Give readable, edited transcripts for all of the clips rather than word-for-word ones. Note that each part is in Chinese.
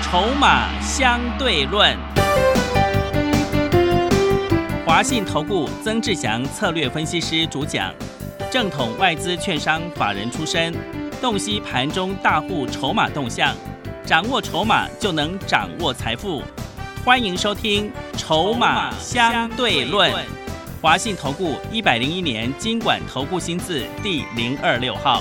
筹码相对论。华信投顾曾志祥策略分析师主讲，正统外资券商法人出身，洞悉盘中大户筹码动向，掌握筹码就能掌握财富。欢迎收听《筹码相对论》。华信投顾101年金管投顾新字第026号。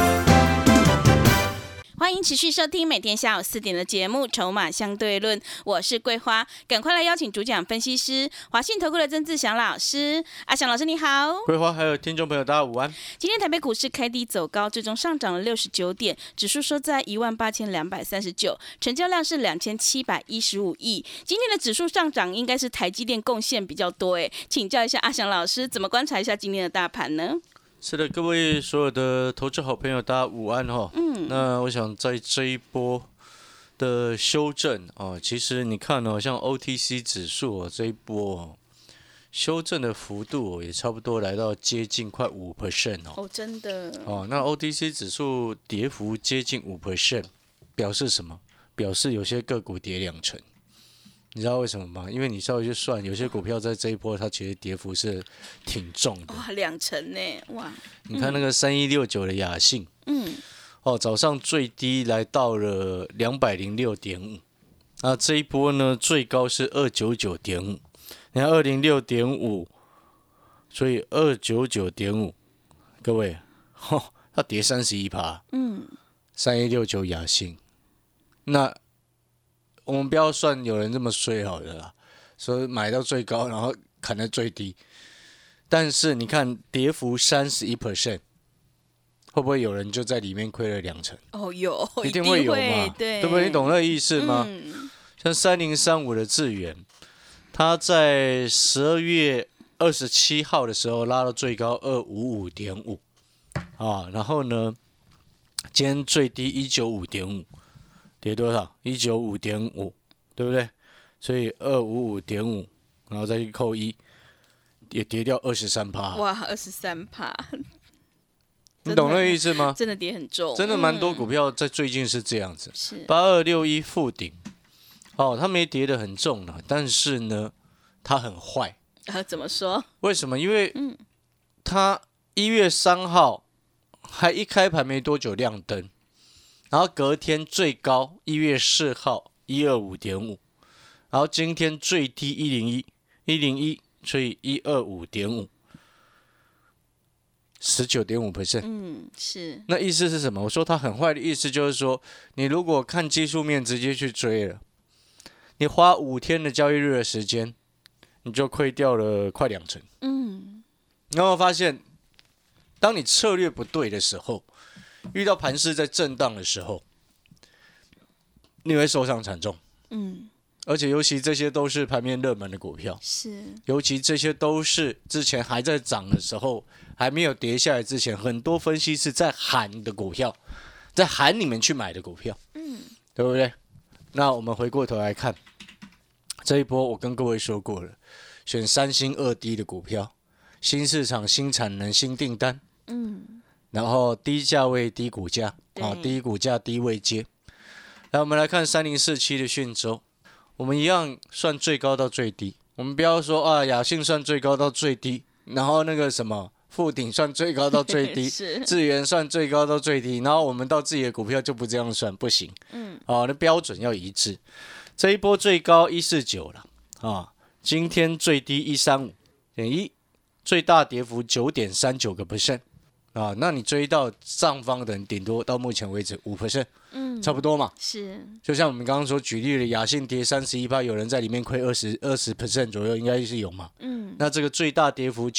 欢迎持续收听每天下午4点的节目《筹码相对论》，我是桂花，赶快来邀请主讲分析师华信投顾的曾志祥老师。阿祥老师你好。 桂花还有听众朋友大家午安。 今天台北股市开低走高，最终上涨了69点，指数收在18239，成交量是2715亿。今天的指数上涨应该是台积电贡献比较多诶，请教一下阿祥老师，怎么观察一下今天的大盘呢？ 是的，各位所有的投资好朋友，大家午安哈。那我想在这一波的修正哦，其实你看哦，像 OTC 指数这一波修正的幅度也差不多来到接近快5%哦。 真的。 那 OTC 指数跌幅接近5%，表示什么？表示有些个股跌20%。你知道为什么吗？因为你稍微去算，有些股票在这一波它其实跌幅是挺重的。 哇，2%呢！哇， 你看那个3169的雅信，早上最低来到了206.5，那这一波呢最高是299.5，你看206.5，所以299.5，各位，它跌31%，3169雅信，那我们不要算有人这么衰好了啦，说买到最高，然后砍到最低。但是你看跌幅31%，会不会有人就在里面亏了2%？ 有， 一定会有嘛，对不对？你懂那个意思吗？像3035的智原，它在12月27号的时候拉到最高255.5然后呢，今天最低195.5。跌多少？195.5，对不对？所以255.5，然后再去扣1，也跌掉23%。 哇，23%， 你懂那个意思吗？ 真的跌很重， 真的蛮多股票在最近是这样子。 是 8261富鼎，它没跌得很重了，但是呢，它很坏。 怎么说？ 为什么？因为它1月3号还一开盘没多久亮灯。然后隔天最高1月4号125.5，然后今天最低101，所以125.5，19.5%。 是。 那意思是什么？我说它很坏的意思就是说，你如果看技术面直接去追了，你花5天的交易日的时间，你就亏掉了快2%。然后发现，当你策略不对的时候，遇到盘势在震荡的时候，你会受伤惨重。而且尤其这些都是盘面热门的股票， 是， 尤其这些都是之前还在涨的时候，还没有跌下来之前，很多分析师在喊的股票，在喊你们去买的股票，对不对？那我们回过头来看，这一波我跟各位说过了，选3星2低的股票，新市场、新产能、新订单，然后低价位、低股价，低股价、低位阶。来，我们来看3047的讯州，我们一样算最高到最低。我们不要说雅信算最高到最低，然后那个什么富鼎算最高到最低，智原算最高到最低，然后我们到自己的股票就不这样算，不行。那标准要一致。这一波最高149了今天最低135.1，最大跌幅9.39%。那你追到上方的人，顶多到目前为止5%，差不多嘛。 是， 就像我们刚刚所举例的，雅信跌31%，有人在里面亏20% 左右，应该是有嘛。那这个最大跌幅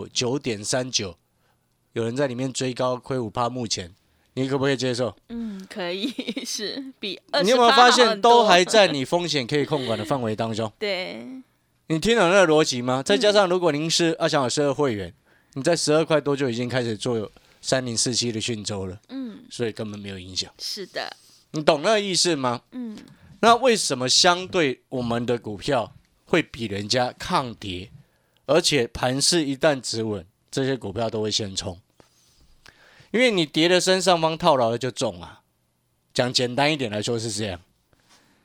9.39%，有人在里面追高亏5%，目前你可不可以接受？ 可以，是比20% 你有没有发现都还在你风险可以控管的范围当中？ 对， 你听懂那个逻辑吗？再加上如果您是阿翔老师的会员。你在12块多就已经开始做3047的讯州了，所以根本没有影响。 是的， 你懂那个意思吗？那为什么相对我们的股票会比人家抗跌，而且盘势一旦止稳，这些股票都会先冲？因为你跌的身上方套牢的就中啊。讲简单一点来说是这样，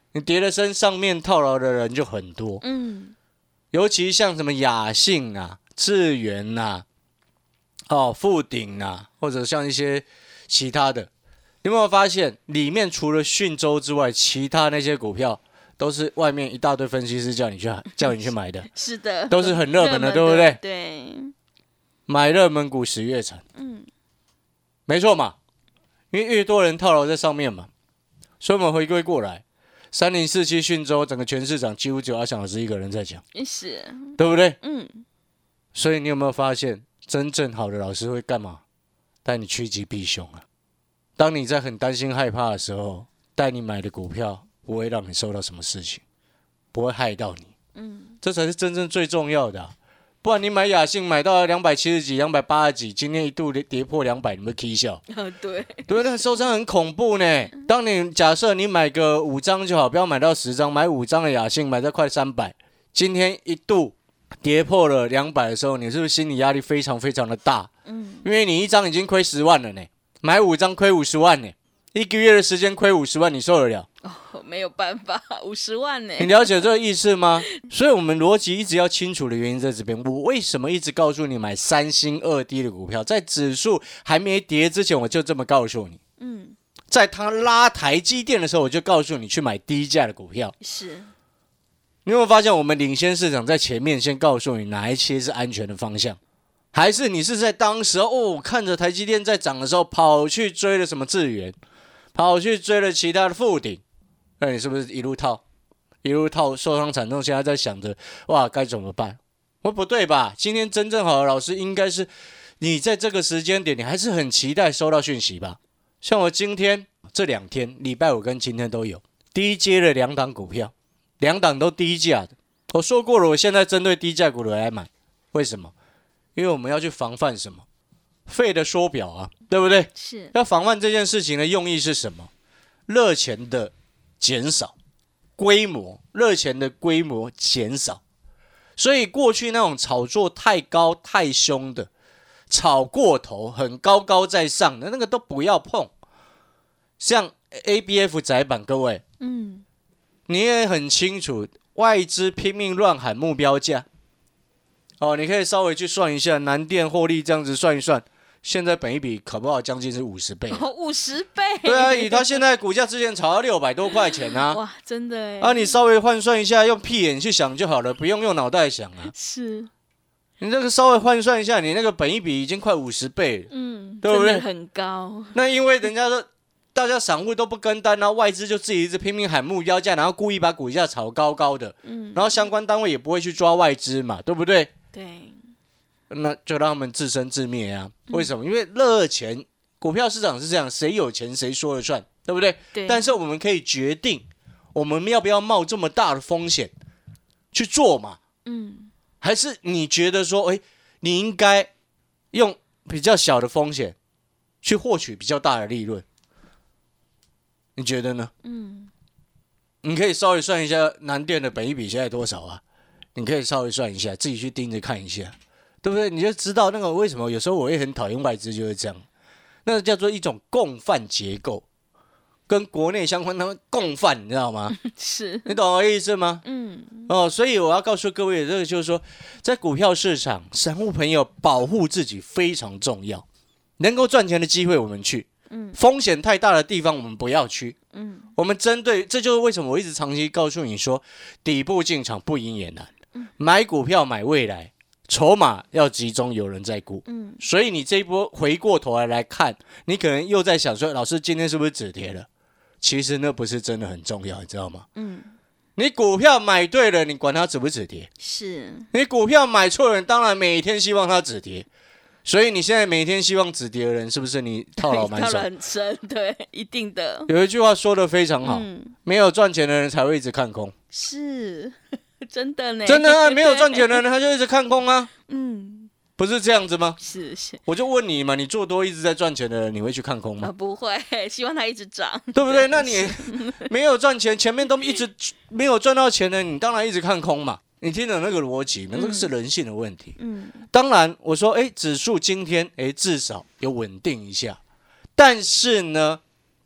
你跌的深，上面套牢的人就很多。尤其像什么雅信啊、智原啊、富鼎啊，或者像一些其他的，你有没有发现里面除了讯州之外，其他那些股票都是外面一大堆分析师叫你去买的？ 是的， 都是很热门的，对不对？ 对， 买热门股10月产，没错嘛，因为越多人套牢在上面嘛，所以我们回归过来，3047讯州整个全市场几乎只有阿翔老师一个人在讲， 是， 对不对？所以你有没有发现，真正好的老师会干嘛？带你趋吉避凶啊！当你在很担心害怕的时候，带你买的股票不会让你受到什么事情，不会害到你。这才是真正最重要的不然你买雅信买到270几、280几，今天一度跌破200，你们起笑？ 对， 对，那受伤很恐怖呢。当你假设你买个5张就好，不要买到10张，买5张的雅信，买在快300，今天一度跌破了200的时候，你是不是心理压力非常非常的大？因为你一张已经亏10万了呢，买5张亏50万呢，1个月的时间亏50万，你受得了？ 没有办法，50万呢。 你了解这个意思吗？所以我们逻辑一直要清楚的原因在这边。我为什么一直告诉你买3星2低的股票？在指数还没跌之前，我就这么告诉你。在它拉台积电的时候，我就告诉你去买低价的股票。 是。 你有没有发现，我们领先市场在前面先告诉你哪一些是安全的方向？还是你是在当时看着台积电在涨的时候，跑去追了什么智原，跑去追了其他的富鼎？那你是不是一路套，受伤惨重？现在在想着哇该怎么办？不对吧？今天真正好的老师应该是你在这个时间点，你还是很期待收到讯息吧？像我今天这2天，礼拜五跟今天都有低阶的2档股票，2档都低价的。我说过了，我现在针对低价股的来买，为什么？因为我们要去防范什么？废的缩表啊，对不对？ 是。 要防范这件事情的用意是什么？热钱的减少，热钱的规模减少，所以过去那种炒作太高太凶的，炒过头很高在上的那个都不要碰。像 ABF 载板，各位，你也很清楚，外资拼命乱喊目标价，你可以稍微去算一下，南电获利这样子算一算。现在本益比可不好将近是50倍 ，50倍。 对啊，以他现在股价之前炒到600多块钱啊， 哇，真的哎。 你稍微换算一下，用屁眼去想就好了，不用用脑袋想啊。 是， 你这个稍微换算一下，你那个本益比已经快50倍了，对不对？ 真的很高。 那因为人家说大家散户都不跟单，然后外资就自己一直拼命喊目标价，然后故意把股价炒高高的，然后相关单位也不会去抓外资嘛，对不对？ 对。 那就让他们自生自灭啊！为什么？因为热钱，股票市场是这样，谁有钱谁说了算，对不对？ 对。 但是我们可以决定，我们要不要冒这么大的风险去做嘛？还是你觉得说，你应该用比较小的风险去获取比较大的利润？你觉得呢？你可以稍微算一下南电的本益比现在多少啊？你可以稍微算一下，自己去盯着看一下。对不对？你就知道那个为什么有时候我也很讨厌外资，就是这样，那个叫做一种共犯结构，跟国内相关他们共犯，你知道吗？ 是， 你懂我的意思吗？所以我要告诉各位，这个就是说，在股票市场，散户朋友保护自己非常重要，能够赚钱的机会我们去，风险太大的地方我们不要去。我们针对，这就是为什么我一直长期告诉你说，底部进场不赢也难，买股票买未来。筹码要集中，有人在顾，所以你这一波回过头来看，你可能又在想说，老师今天是不是止跌了？其实那不是真的很重要，你知道吗？你股票买对了，你管它止不止跌； 是你股票买错了，当然每天希望它止跌。所以你现在每天希望止跌的人，是不是你套牢蛮套牢很深？对，一定的。 有一句话说得非常好，没有赚钱的人才会一直看空。 是。真的呢， 真的啊，没有赚钱的人他就一直看空啊，不是这样子吗？ 是， 我就问你嘛，你做多一直在赚钱的人，你会去看空吗？ 不会，希望它一直涨， 对不对？那你没有赚钱，前面都一直没有赚到钱的，你当然一直看空嘛。你听懂那个逻辑？那个是人性的问题。当然我说，指数今天至少有稳定一下，但是呢，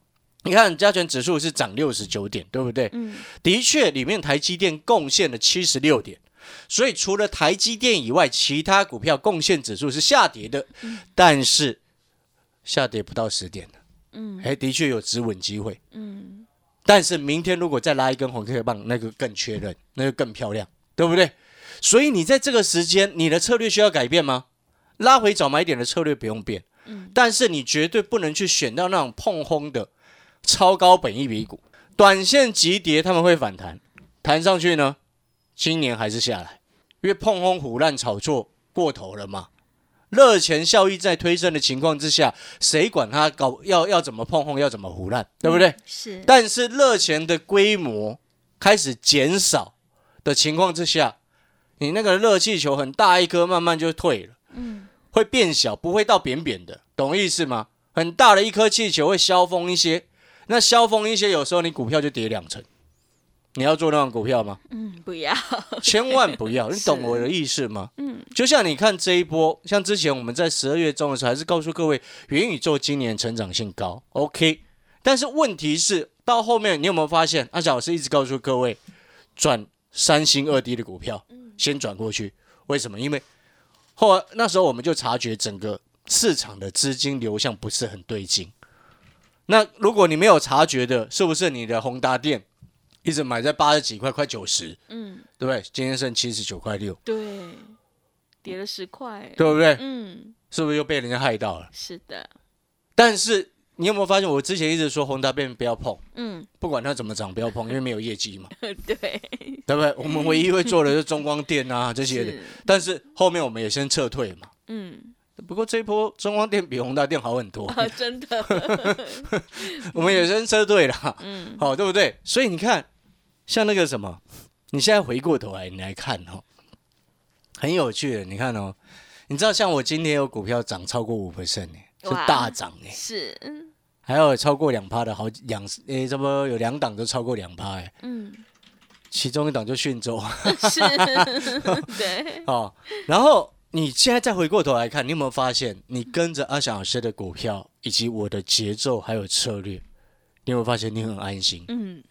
你看加权指数是涨69点，对不对？的确，里面台积电贡献了76点，所以除了台积电以外，其他股票贡献指数是下跌的，但是下跌不到10点的，的确有止稳机会，但是明天如果再拉一根红 K 棒，那个更确认，那个更漂亮，对不对？所以你在这个时间，你的策略需要改变吗？拉回早买点的策略不用变，但是你绝对不能去选到那种碰轰的超高本益比股，短线急跌他们会反弹，弹上去呢，今年还是下来，因为碰轰唬烂炒作过头了嘛。热钱效益在推升的情况之下，谁管它要怎么碰轰，要怎么唬烂，对不对？ 是。 但是热钱的规模开始减少的情况之下，你那个热气球很大一颗，慢慢就退了，会变小，不会到扁扁的，懂意思吗？很大的一颗气球会消风一些，那消风一些，有时候你股票就跌2成。你要做那种股票吗？ 不要， 千万不要。你懂我的意思吗？就像你看这一波，像之前我们在12月中的时候，还是告诉各位，元宇宙今年成长性高 ，OK。但是问题是，到后面你有没有发现，阿小老师一直告诉各位，转3星2低的股票，先转过去。为什么？因为后来那时候我们就察觉整个市场的资金流向不是很对劲。那如果你没有察觉的，是不是你的宏达电一直买在80几块，快90，对不对？今天剩79块6， 对，跌了10块， 对不对？是不是又被人家害到了？ 是的。 但是你有没有发现，我之前一直说宏达电不要碰，不管它怎么涨不要碰，因为没有业绩嘛， 对， 对不对？我们唯一会做的就是中光电啊这些的，但是后面我们也先撤退嘛，不过这一波中光电比宏达电好很多， 真的， 我们也先撤退了，好，对不对？所以你看，像那个什么，你现在回过头来，你来看很有趣的。你看你知道像我今天有股票涨超过5%呢，是大涨呢， 是， 还有超过2%的差不多有2档都超过2%哎，其中一档就讯州， 是，对， 然后。你现在再回过头来看，你有没有发现，你跟着阿翔老师的股票，以及我的节奏还有策略，你有没有发现你很安心？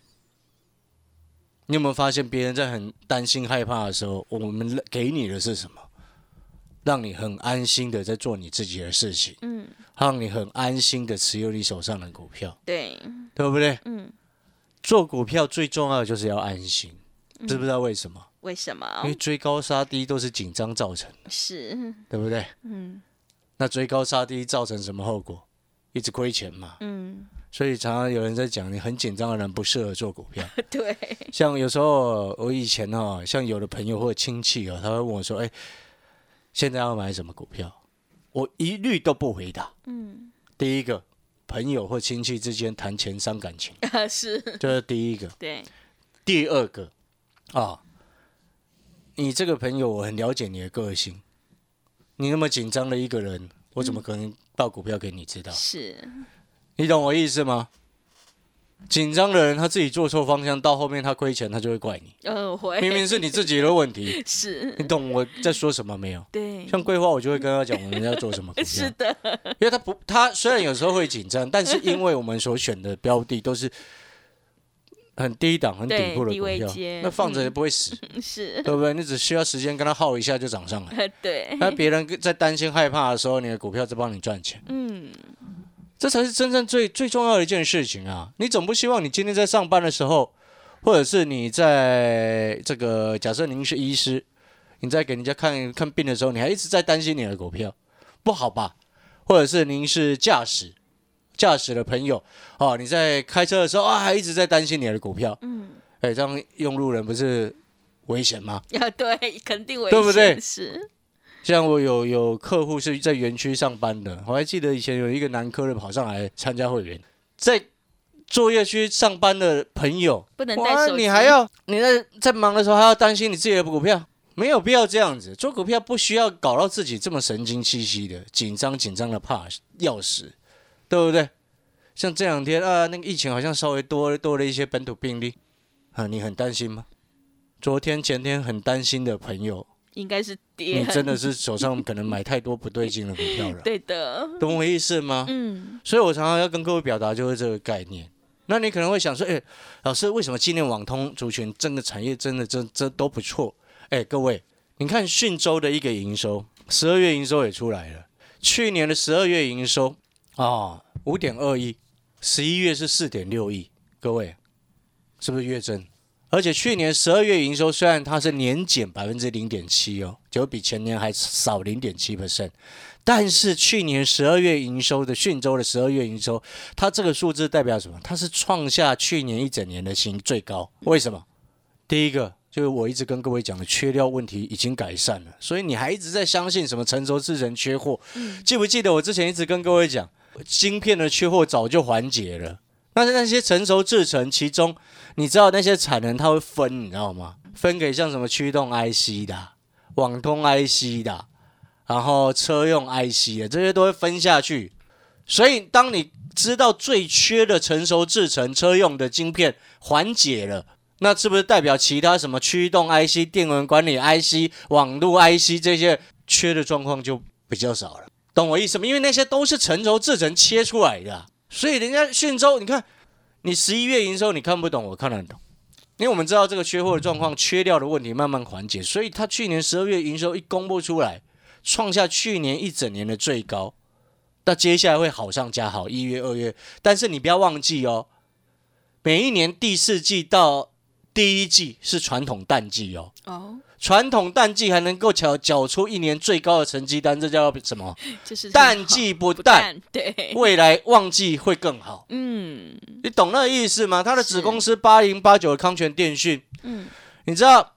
你有没有发现别人在很担心害怕的时候，我们给你的是什么？让你很安心的在做你自己的事情，让你很安心的持有你手上的股票， 对不对？做股票最重要的就是要安心，知不知道为什么？ 为什么？ 因为追高杀低都是紧张造成的， 是， 对不对？那追高杀低造成什么后果？一直亏钱嘛。所以常常有人在讲，你很紧张的人不适合做股票。 对。 像有时候我以前像有的朋友或者亲戚他会问我说：“现在要买什么股票？”我一律都不回答。第一个，朋友或亲戚之间谈钱伤感情， 是， 这是第一个。 对。 第二个你这个朋友，我很了解你的个性。你那么紧张的一个人，我怎么可能报股票给你知道？ 是， 你懂我意思吗？紧张的人，他自己做错方向，到后面他亏钱，他就会怪你。 会， 明明是你自己的问题。 是， 你懂我在说什么没有？ 对。 像桂花，我就会跟他讲，我们要做什么股票。 是的。 因为他虽然有时候会紧张，但是因为我们所选的标的都是很低档、很底部的股票，那放着也不会死， 是， 对不对？你只需要时间跟他耗一下就涨上来。 对。 那别人在担心害怕的时候，你的股票在帮你赚钱。这才是真正最重要的一件事情啊！你总不希望你今天在上班的时候，或者是你在这个假设您是医师，你在给人家看病的时候，你还一直在担心你的股票，不好吧？或者是您是驾驶的朋友你在开车的时候还一直在担心你的股票，这样用路人不是危险吗？ 对，肯定危险， 对不对？ 是。 像我有客户是在园区上班的，我还记得以前有一个男科的跑上来参加会员，在作业区上班的朋友， 不能带手机， 你在忙的时候还要担心你自己的股票，没有必要这样子。做股票不需要搞到自己这么神经兮兮的，紧张的怕要死，对不对？像这两天那个疫情好像稍微多了一些本土病例你很担心吗？昨天前天很担心的朋友， 应该是跌， 你真的是手上可能买太多不对劲的股票了。 对的， 懂我意思吗？所以我常常要跟各位表达就是这个概念。 那你可能会想说，老师，为什么今年网通族群整个产业真的这都不错？各位，你看讯州的一个营收，12月营收也出来了，去年的12月营收5.2亿，11月是4.6亿，各位是不是月增？而且去年12月营收虽然它是年减0.7%哦，就比前年还少0.7%，但是去年12月营收的讯州的12月营收，它这个数字代表什么？它是创下去年一整年的新最高。为什么？第一个就是我一直跟各位讲的缺料问题已经改善了，所以你还一直在相信什么成熟制程缺货？记不记得我之前一直跟各位讲，晶片的缺货早就缓解了。那些成熟制程，其中你知道那些产能它会分，你知道吗？分给像什么驱动 IC 的、网通 IC 的，然后车用 IC 的，这些都会分下去。所以当你知道最缺的成熟制程车用的晶片缓解了，那是不是代表其他什么驱动 IC、电源管理 IC、网路 IC 这些缺的状况就比较少了？懂我意思吗？因为那些都是成熟制程切出来的。所以人家讯州，你看，你11月营收你看不懂，我看得很懂，因为我们知道这个缺货的状况、缺料的问题慢慢缓解，所以他去年12月营收一公布出来，创下去年一整年的最高，那接下来会好上加好，1月、2月，但是你不要忘记哦，每一年第4季到第1季是传统淡季哦。传统淡季还能够缴出一年最高的成绩单，这叫什么？就是淡季不淡， 对， 未来旺季会更好。你懂那个意思吗？他的子公司8089的康泉电讯，你知道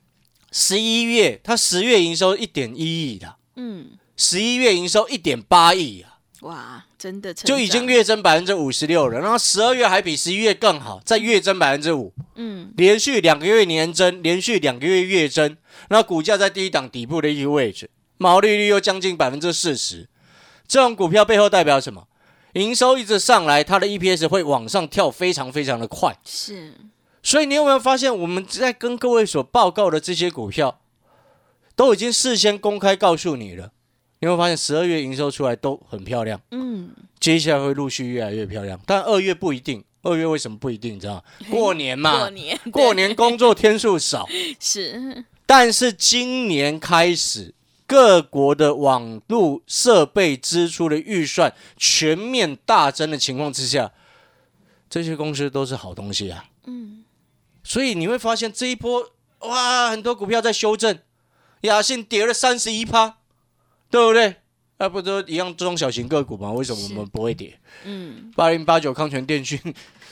11月他10月营收1.1亿的，11月营收1.8亿啊。 哇，真的就已经月增56%了，然后12月还比11月更好，再月增5%，连续2个月年增，连续2个月月增，然后股价在第一档底部的一个位置，毛利率又将近40%，这种股票背后代表什么？营收一直上来，它的 EPS 会往上跳，非常非常的快。 是， 所以你有没有发现，我们在跟各位所报告的这些股票，都已经事先公开告诉你了。你会发现12月营收出来都很漂亮，接下来会陆续越来越漂亮，但2月不一定。2月为什么不一定？你知道吗？过年嘛，过年工作天数少， 是。 但是今年开始，各国的网络设备支出的预算全面大增的情况之下，这些公司都是好东西啊。所以你会发现这一波，哇，很多股票在修正，雅信跌了31%。对不对？不都一样中小型个股吗？为什么我们不会跌？8089康泉电讯，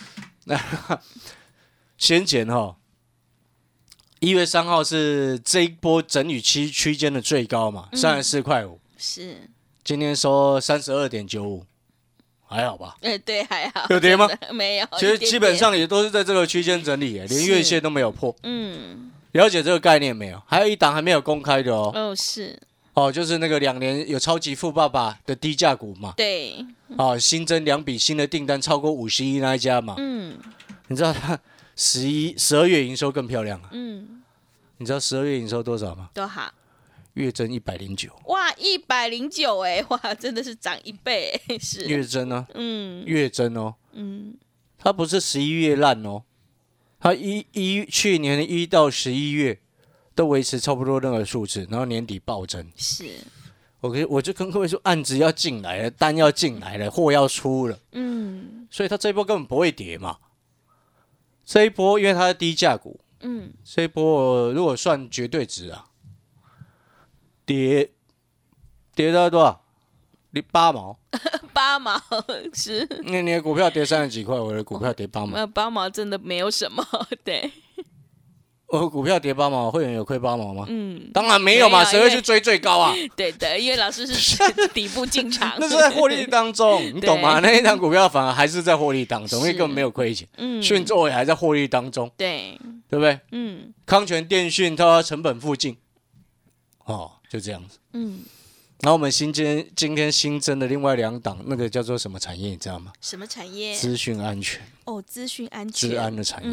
先前1月3号是这一波整理区间的最高嘛，34.5块， 是。 今天收32.95，还好吧？ 对，还好。 有跌吗？ 没有。 其实基本上也都是在这个区间整理，连月线都没有破。了解这个概念没有？还有一档还没有公开的哦。 是。就是那个2年有超级富爸爸的低价股嘛？ 对。 新增2笔新的订单超过50亿那一家嘛？你知道它12月营收更漂亮啊？你知道12月营收多少吗？ 多少？ 月增109。 哇，109哎，哇，真的是涨1倍哎，是。 月增啊，月增哦，它不是11月烂哦，它去年的1到11月。都维持差不多那个数字，然后年底暴增。 是， 我就跟各位说，案子要进来了，单要进来了，货要出了。所以它这一波根本不会跌嘛。这一波因为它是低价股，这一波如果算绝对值啊，跌到多少？8毛。 8毛是。 你的股票跌30几块，我的股票跌8毛。 8毛真的没有什么，对。 我股票跌8毛，会员有亏8毛吗？当然没有嘛，谁会去追最高啊？ 对的，因为老师是底部进场， 那是在获利当中，你懂吗？那一档股票反而还是在获利当中，因为根本没有亏钱。讯州也还在获利当中， 对不对？康泉电讯它成本附近，就这样子。然后我们今天新增的另外2档，那个叫做什么产业，你知道吗？ 什么产业？ 资讯安全。 资讯安全。 资安的产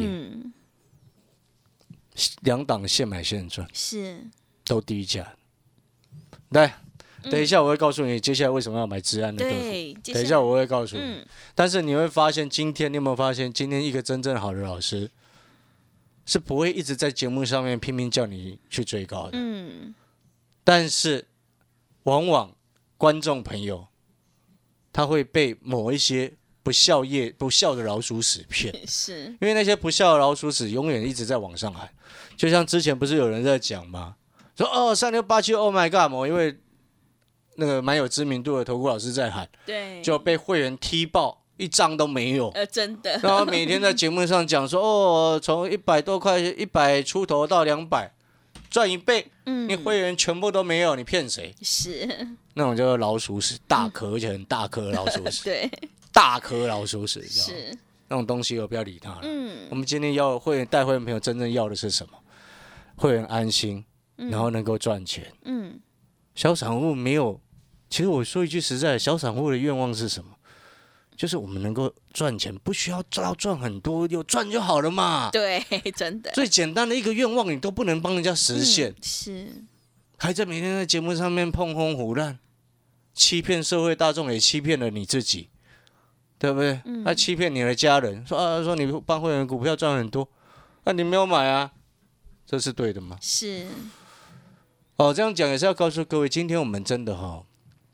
业。2档现买现赚， 是。 都低价。来， 等一下我会告诉你接下来为什么要买资安的个股。 对， 等一下我会告诉你。但是你会发现，今天你有没有发现，今天一个真正好的老师是不会一直在节目上面拼命叫你去追高的。但是往往观众朋友他会被某一些不孝的老鼠屎骗， 是因为那些不孝的老鼠屎永远一直在往上喊。就像之前不是有人在讲吗？说3687 ，Oh my God， 因为那个蛮有知名度的投顾老师在喊， 对， 就被会员踢爆，一张都没有。 真的。 然后每天在节目上讲说，从100多块100出头到200，赚1倍，你会员全部都没有，你骗谁？ 是那种叫老鼠屎，大颗而且很大颗老鼠屎， 对， 大颗老鼠屎， 是那种东西我不要理它了。我们今天要带会员朋友真正要的是什么？会员安心，然后能够赚钱。小散户没有，其实我说一句实在的，小散户的愿望是什么？就是我们能够赚钱，不需要赚很多，有赚就好了嘛。 对，真的。 最简单的一个愿望，你都不能帮人家实现， 是还在每天在节目上面碰轰胡乱，欺骗社会大众，也欺骗了你自己，对不对？他欺骗你的家人，说你帮会员股票赚很多，那你没有买啊，这是对的吗？ 是。 这样讲也是要告诉各位，今天我们真的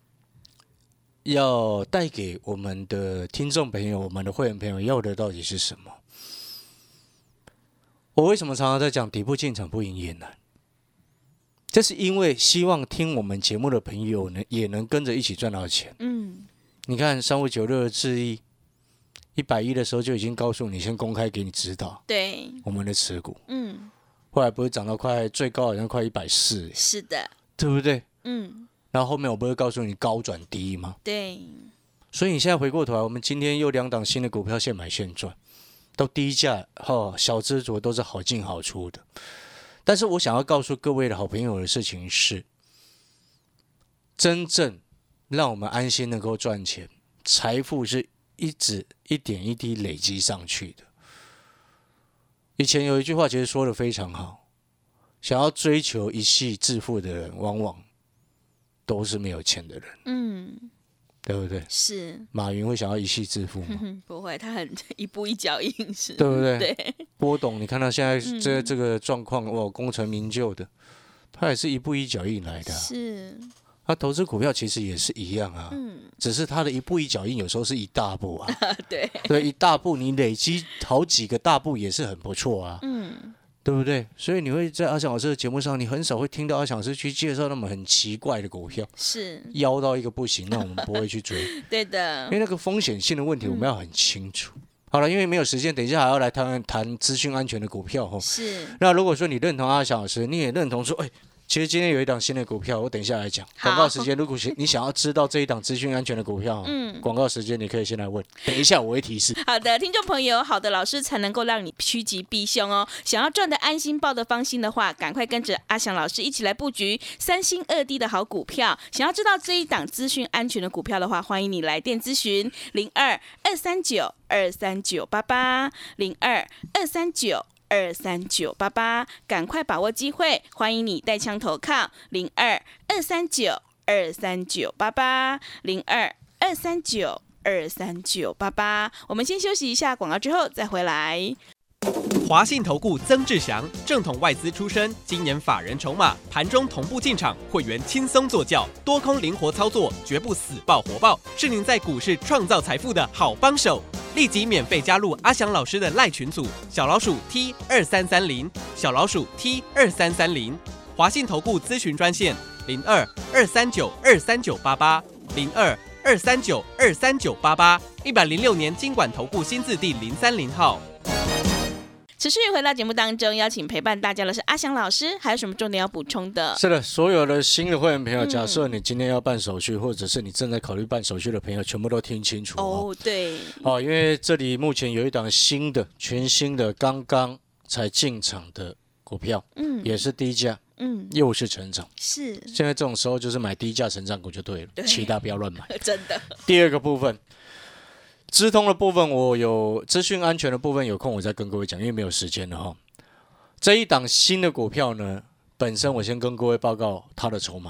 要带给我们的听众朋友、我们的会员朋友要的到底是什么？我为什么常常在讲底部进场不赢也难？这是因为希望听我们节目的朋友呢，也能跟着一起赚到钱。你看3596的智易，110的时候就已经告诉你，先公开给你指导。 对， 我们的持股。后来不是涨到最高好像快140， 是的， 对不对？然后后面我不是告诉你高转低吗？ 对。 所以你现在回过头来，我们今天又2档新的股票，现买现赚，都低价小资族都是好进好出的。但是我想要告诉各位的好朋友的事情是，真正让我们安心能够赚钱，财富是一点一滴累积上去的。以前有一句话其实说得非常好，想要追求一夕致富的人，往往都是没有钱的人。对不对？ 是。 马云会想要一夕致富吗？ 不会，他很一步一脚印，是， 对不对？ 对。 郭董，你看他现在这个状况，功成名就的，他也是一步一脚印来的。 是。 他投资股票其实也是一样啊，只是他的一步一脚印，有时候是一大步啊。 对， 一大步你累积好几个大步也是很不错啊。对不对？所以你会在阿翔老师的节目上，你很少会听到阿翔老师去介绍那么很奇怪的股票， 是妖到一个不行，那我们不会去追。 对的， 因为那个风险性的问题，我们要很清楚。好了，因为没有时间，等一下还要来谈资讯安全的股票是。 那如果说你认同阿翔老师，你也认同说，其实今天有一档新的股票，我等一下来讲。广告时间，如果你想要知道这一档资讯安全的股票，广告时间你可以先来问，等一下我会提示。 好的，听众朋友，好的老师才能够让你趋吉避凶哦。想要赚得安心、抱得放心的话，赶快跟着阿翔老师一起来布局3星2低的好股票。想要知道这一档资讯安全的股票的话，欢迎你来电咨询02-239-23988 02-239-23988，赶快把握机会，欢迎你带枪投靠02-239-23988 02-239-23988。我们先休息一下广告，之后再回来。 华信投顾曾志祥，正统外资出身，今年法人筹码，盘中同步进场，会员轻松做教，多空灵活操作，绝不死抱活抱，是您在股市创造财富的好帮手。立即免费加入阿翔老师的赖群组，小老鼠 T2330，小老鼠 T2330，华信投顾咨询专线02-239-23988 02-239-23988 106年金管投顾新字第030号。 持续回到节目当中，邀请陪伴大家的是阿翔老师，还有什么重点要补充的？ 是的，所有的新的会员朋友，假设你今天要办手续，或者是你正在考虑办手续的朋友，全部都听清楚哦。对， 因为这里目前有一档新的、全新的、刚刚才进场的股票，也是低价，又是成长， 是。 现在这种时候就是买低价成长股就对了，其他不要乱买， 真的。 第二个部分。资通的部分，我有资讯安全的部分，有空我再跟各位讲，因为没有时间了哈。这一档新的股票呢，本身我先跟各位报告它的筹码，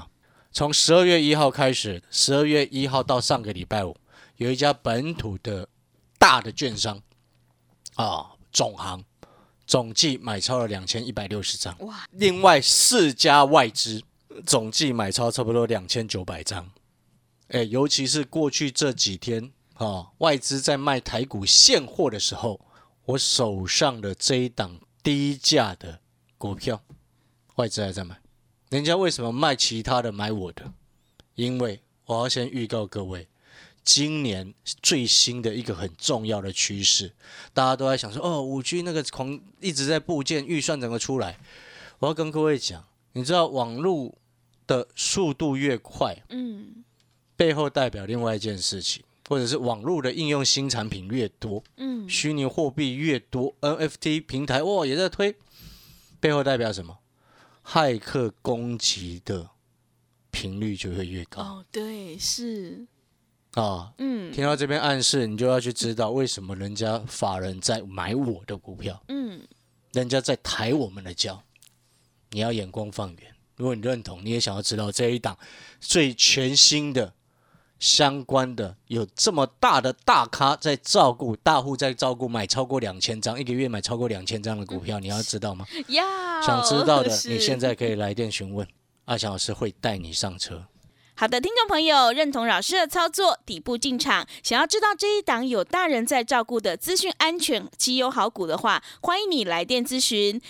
从12月1号开始，12月1号到上个礼拜五，有一家本土的大的券商总行总计买超了2160张，哇！另外4家外资总计买超差不多2900张。尤其是过去这几天外资在卖台股现货的时候，我手上的这一档低价的股票，外资还在买。人家为什么卖其他的买我的？因为我要先预告各位，今年最新的一个很重要的趋势，大家都在想说5G 那个一直在部件预算整个出来。我要跟各位讲，你知道网络的速度越快，背后代表另外一件事情，或者是网络的应用新产品越多，虚拟货币越多 ，NFT 平台也在推，背后代表什么？骇客攻击的频率就会越高。 对，是听到这边暗示，你就要去知道为什么人家法人在买我的股票，人家在抬我们的轿，你要眼光放远。如果你认同，你也想要知道这一档最全新的相关的有这么大的大咖在照顾，大户在照顾，买超过2000张，一个月买超过2000张的股票，你要知道吗？想知道的，你现在可以来电询问，阿翔老师会带你上车。 好的，听众朋友，认同老师的操作，底部进场，想要知道这一档有大人在照顾的资讯安全绩优好股的话，欢迎你来电咨询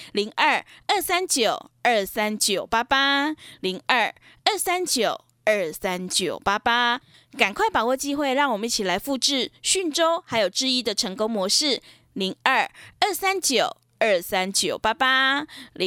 02-239-23988 02-239-23988，赶快把握机会，让我们一起来复制讯州还有智易的成功模式。02-239-23988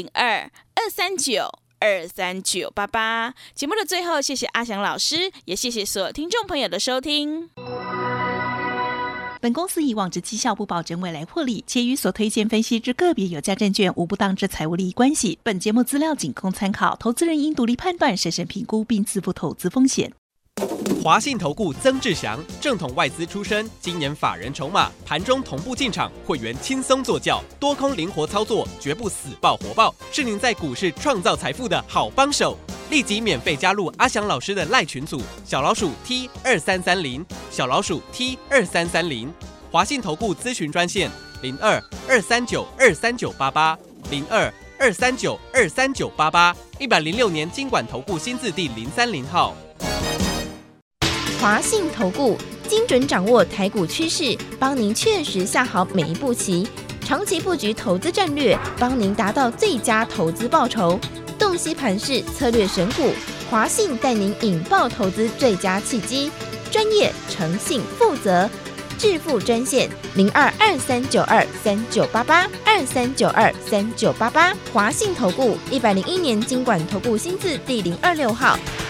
02-239-23988。节目的最后，谢谢阿翔老师，也谢谢所有听众朋友的收听。 本公司以往之绩效不保证未来获利，且与所推荐分析之个别有价证券无不当之财务利益关系。本节目资料仅供参考，投资人应独立判断、审慎评估并自负投资风险。 华信投顾曾志祥，正统外资出身，今年法人筹码，盘中同步进场，会员轻松做教，多空灵活操作，绝不死抱活抱，是您在股市创造财富的好帮手。立即免费加入阿翔老师的赖群组，小老鼠 T2330，小老鼠 T2330。华信投顾咨询专线02-239-23988 02-239-23988。106年金管投顾新字第030号。 华信投顾精准掌握台股趋势，帮您确实下好每一步棋，长期布局投资战略，帮您达到最佳投资报酬。洞悉盘势，策略选股，华信带您引爆投资最佳契机，专业、诚信、负责。致富专线02-2392-3988 2392-3988。华信投顾101年金管投顾新字第026号。